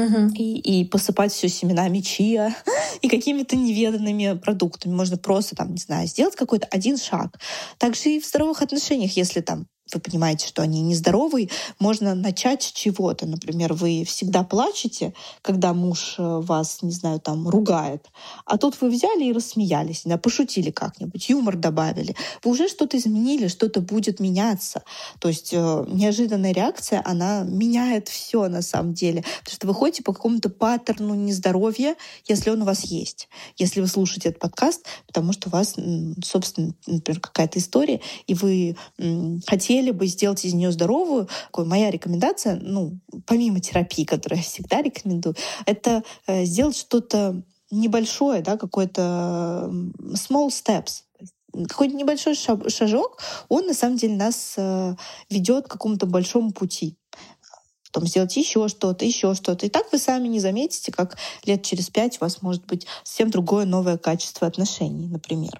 И посыпать все семенами чиа и какими-то неведанными продуктами. Можно просто, там, не знаю, сделать какой-то один шаг. Также и в здоровых отношениях, если там вы понимаете, что они нездоровые, можно начать с чего-то. Например, вы всегда плачете, когда муж вас, не знаю, там ругает, а тут вы взяли и рассмеялись, да, пошутили как-нибудь, юмор добавили. Вы уже что-то изменили, что-то будет меняться. То есть неожиданная реакция, она меняет все на самом деле. Потому что вы ходите по какому-то паттерну нездоровья, если он у вас есть. Если вы слушаете этот подкаст, потому что у вас, собственно, например, какая-то история, и вы хотели бы сделать из нее здоровую. Моя рекомендация, помимо терапии, которую я всегда рекомендую, это сделать что-то небольшое, да, какой-то small steps. Какой-то небольшой шажок, он на самом деле нас ведет к какому-то большому пути. Потом сделать еще что-то. И так вы сами не заметите, как лет через 5 у вас может быть совсем другое новое качество отношений, например.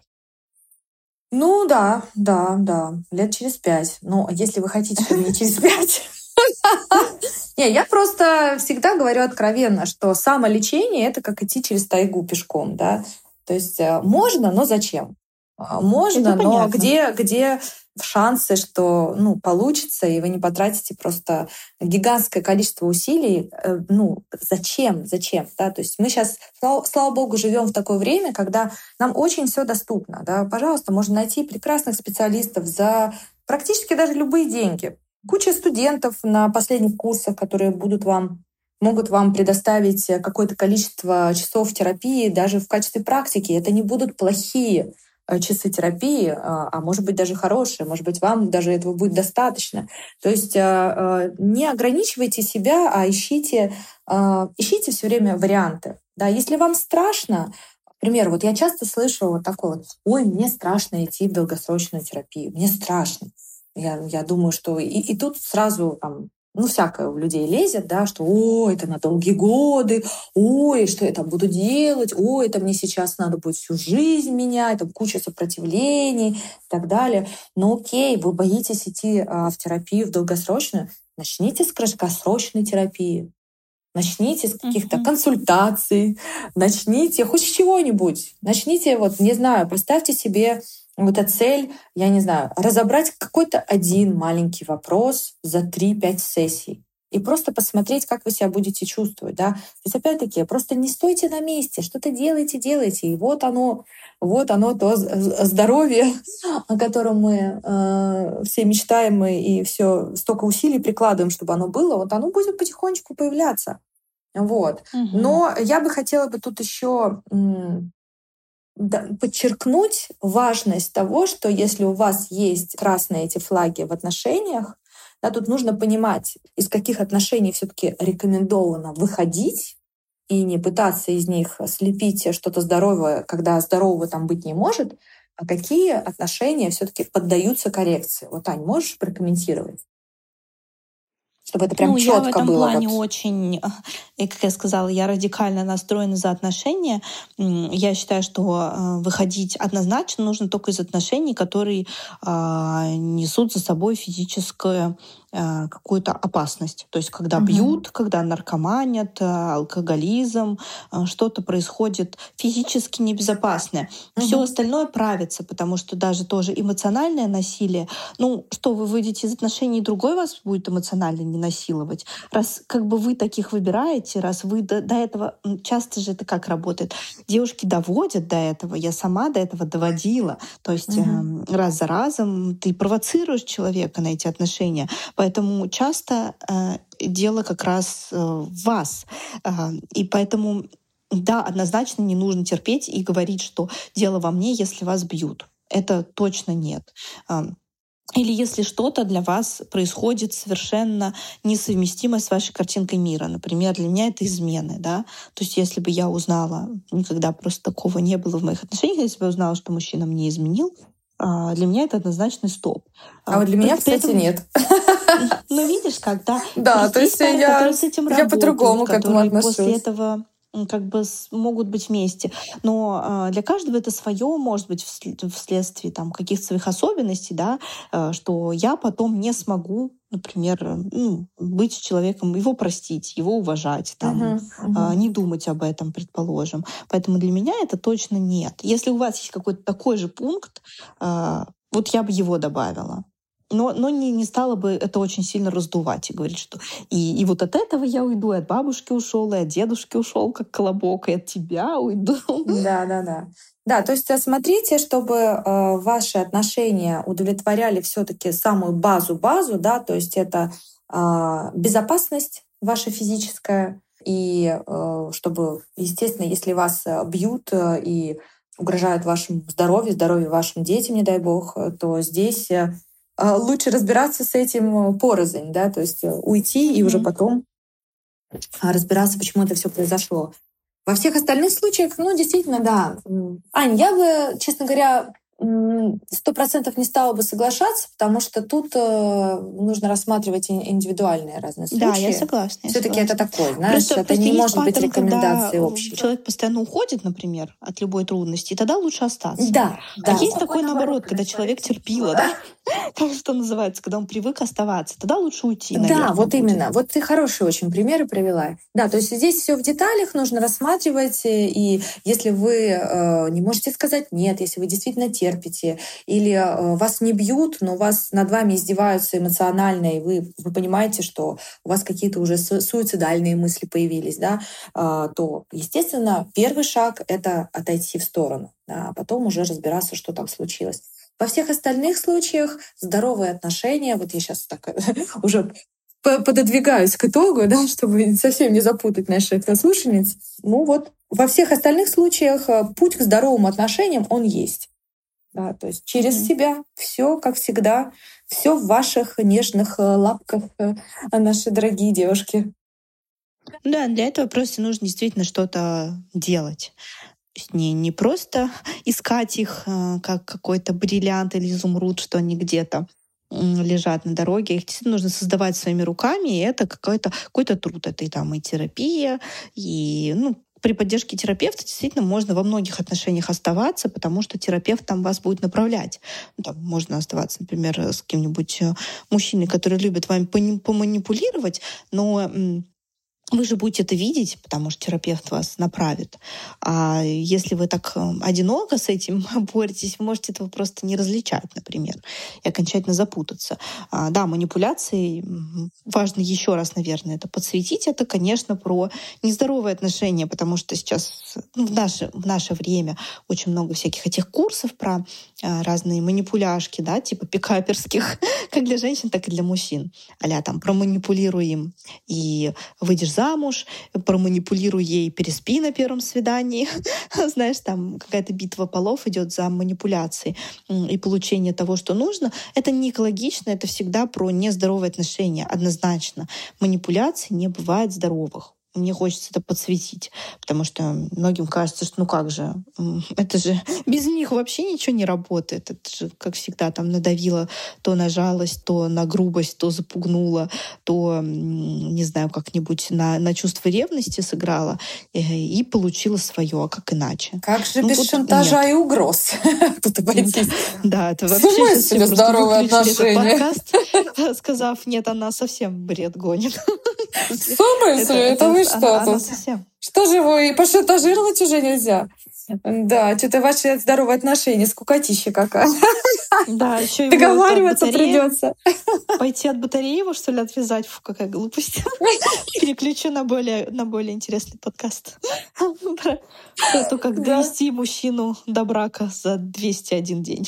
Да, лет через 5. Но если вы хотите, чтобы не через 5. Не, я просто всегда говорю откровенно, что самолечение — это как идти через тайгу пешком, да. То есть можно, но зачем? Можно, но где шансы, что получится, и вы не потратите просто гигантское количество усилий? Зачем? Да? То есть мы сейчас, слава богу, живем в такое время, когда нам очень все доступно. Да? Пожалуйста, можно найти прекрасных специалистов за практически даже любые деньги. Куча студентов на последних курсах, которые могут вам предоставить какое-то количество часов терапии даже в качестве практики. Это не будут плохие часы терапии, а может быть даже хорошие, может быть вам даже этого будет достаточно. То есть не ограничивайте себя, а ищите все время варианты. Да, если вам страшно, например, я часто слышу вот такое вот: «Ой, мне страшно идти в долгосрочную терапию, мне страшно». Я думаю, что и тут сразу всякое у людей лезет, да, что это на долгие годы, что я там буду делать, это мне сейчас надо будет всю жизнь менять, там куча сопротивлений и так далее. Но окей, вы боитесь идти в терапию в долгосрочную, начните с краткосрочной терапии. Начните с каких-то консультаций, начните хоть с чего-нибудь. Начните, не знаю, поставьте себе цель, я не знаю, разобрать какой-то один маленький вопрос за 3-5 сессий. и просто посмотреть, как вы себя будете чувствовать. Да? То есть, опять-таки, просто не стойте на месте, что-то делайте, делайте. И вот оно то здоровье, о котором мы все мечтаем и все столько усилий прикладываем, чтобы оно было, вот оно будет потихонечку появляться. Вот. Но я бы хотела тут еще подчеркнуть важность того, что если у вас есть красные эти флаги в отношениях, да, тут нужно понимать, из каких отношений все-таки рекомендовано выходить и не пытаться из них слепить что-то здоровое, когда здорового там быть не может, а какие отношения все-таки поддаются коррекции. Вот, Ань, можешь прокомментировать? Чтобы это прям четко было. Я в этом плане очень, и, как я сказала, я радикально настроена за отношения. Я считаю, что выходить однозначно нужно только из отношений, которые несут за собой физическую какую-то опасность. То есть когда бьют, когда наркоманят, алкоголизм, что-то происходит физически небезопасное. Все остальное правится, потому что даже тоже эмоциональное насилие, что вы выйдете из отношений, и другой вас будет эмоционально не насиловать. Раз как бы вы таких выбираете, раз вы до этого, часто же это как работает? Девушки доводят до этого, я сама до этого доводила. То есть раз за разом ты провоцируешь человека на эти отношения. Поэтому часто дело как раз в вас. И поэтому, да, однозначно не нужно терпеть и говорить, что дело во мне, если вас бьют. Это точно нет. Или если что-то для вас происходит совершенно несовместимое с вашей картинкой мира. Например, для меня это измены. Да? То есть если бы я узнала, никогда просто такого не было в моих отношениях, если бы я узнала, что мужчина мне изменил, для меня это однозначный стоп. А вот для меня, кстати, нет. Видишь, как, да? Да, то есть я по-другому к этому отношусь. После этого как бы могут быть вместе. Но для каждого это свое, может быть, вследствие каких-то своих особенностей, да, что я потом не смогу, например, быть с человеком, его простить, его уважать, не думать об этом, предположим. Поэтому для меня это точно нет. Если у вас есть какой-то такой же пункт, вот я бы его добавила. Но не стала бы это очень сильно раздувать и говорить, что и вот от этого я уйду, и от бабушки ушел, и от дедушки ушел, как колобок, и от тебя уйду. Да. Да, то есть смотрите, чтобы ваши отношения удовлетворяли все-таки самую базу, да, то есть это безопасность ваша физическая, и чтобы, естественно, если вас бьют и угрожают вашему здоровью вашим детям, не дай бог, то здесь лучше разбираться с этим порознь, да, то есть уйти и уже потом разбираться, почему это все произошло. Во всех остальных случаях, действительно, да. Ань, я бы, честно говоря, 100% не стала бы соглашаться, потому что тут нужно рассматривать индивидуальные разные случаи. Да, я согласна. Все-таки это такое, знаешь, это не может быть рекомендацией общей. Человек постоянно уходит, например, от любой трудности, тогда лучше остаться. Да. А есть такой наоборот, когда человек терпила, да? Как что называется, когда он привык оставаться, тогда лучше уйти. Да, вот именно. Вот ты хорошие очень примеры привела. Да, то есть здесь все в деталях нужно рассматривать, и если вы не можете сказать нет, если вы действительно терпите, или вас не бьют, но над вами издеваются эмоционально, и вы понимаете, что у вас какие-то уже суицидальные мысли появились, да, то, естественно, первый шаг — это отойти в сторону, да, а потом уже разбираться, что там случилось. Во всех остальных случаях здоровые отношения, вот я сейчас так уже пододвигаюсь к итогу, да, чтобы совсем не запутать наших слушательниц. Во всех остальных случаях путь к здоровым отношениям, он есть. Да, то есть через себя все, как всегда, все в ваших нежных лапках, наши дорогие девушки. Да, для этого просто нужно действительно что-то делать. То есть не просто искать их как какой-то бриллиант или изумруд, что они где-то лежат на дороге. Их действительно нужно создавать своими руками, и это какой-то труд. Это и терапия, и при поддержке терапевта действительно можно во многих отношениях оставаться, потому что терапевт вас будет направлять. Можно оставаться, например, с кем-нибудь мужчиной, который любит вами поманипулировать, но вы же будете это видеть, потому что терапевт вас направит. А если вы так одиноко с этим боретесь, вы можете этого просто не различать, например, и окончательно запутаться. Да, манипуляции, важно еще раз, наверное, это подсветить. Это, конечно, про нездоровые отношения, потому что сейчас в наше время очень много всяких этих курсов про разные манипуляшки, да, типа пикаперских, как для женщин, так и для мужчин. А-ля там проманипулируем и выйдешь замуж, проманипулируй ей, переспи на первом свидании. Знаешь, там какая-то битва полов идет за манипуляцией и получение того, что нужно. Это не экологично, это всегда про нездоровые отношения, однозначно. Манипуляций не бывает здоровых. Мне хочется это подсветить, потому что многим кажется, что ну как же, это же без них вообще ничего не работает. Это же, как всегда, там надавило то на жалость, то на грубость, то запугнуло, то, не знаю, как-нибудь на чувство ревности сыграла и получила свое, а как иначе? Как же без шантажа и угроз тут обойтись? Да, это вообще сейчас здоровые отношения. Сказав, нет, она совсем бред гонит. В смысле? Это вы что тут? Что же вы, и пошантажировать уже нельзя? Да, что-то ваши здоровые отношения, скукотища какая. Да, еще и договариваться придется. Пойти от батареи его, что ли, отвязать? Фу, какая глупость. Переключу на более интересный подкаст. Про то, как довести мужчину до брака за 201 день.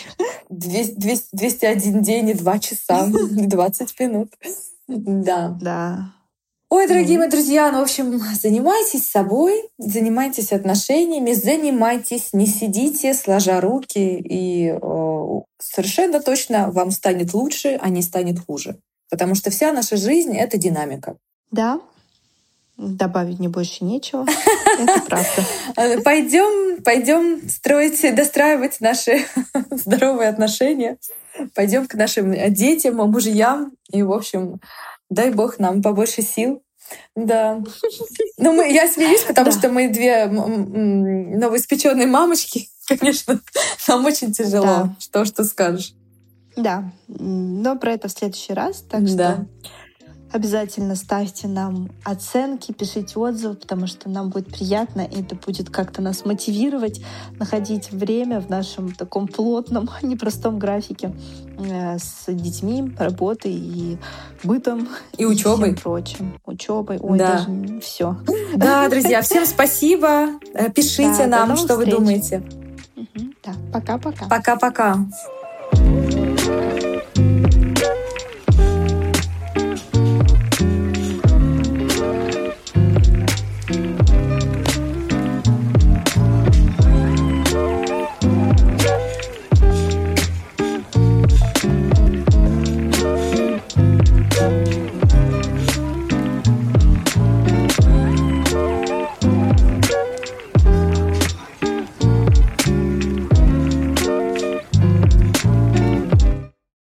201 день и 2 часа, 20 минут. Да. Да. Ой, дорогие мои друзья, ну, в общем, занимайтесь собой, занимайтесь отношениями, занимайтесь, не сидите, сложа руки, и совершенно точно вам станет лучше, а не станет хуже. Потому что вся наша жизнь — это динамика. Да, добавить мне больше нечего. Это правда. Пойдем достраивать наши здоровые отношения. Пойдем к нашим детям, мужьям. И, в общем, дай Бог нам побольше сил. Да. Ну, я смеюсь, потому что мы две новоиспеченные мамочки. Конечно, нам очень тяжело. Да. Что скажешь? Да. Но про это в следующий раз. Так что обязательно ставьте нам оценки, пишите отзывы, потому что нам будет приятно, и это будет как-то нас мотивировать находить время в нашем таком плотном, непростом графике с детьми, работой и бытом. И учебой. И всем прочим. Учебой. Ой, даже все. Да, друзья, всем спасибо. Пишите нам, что вы думаете. Да, пока-пока. Пока-пока.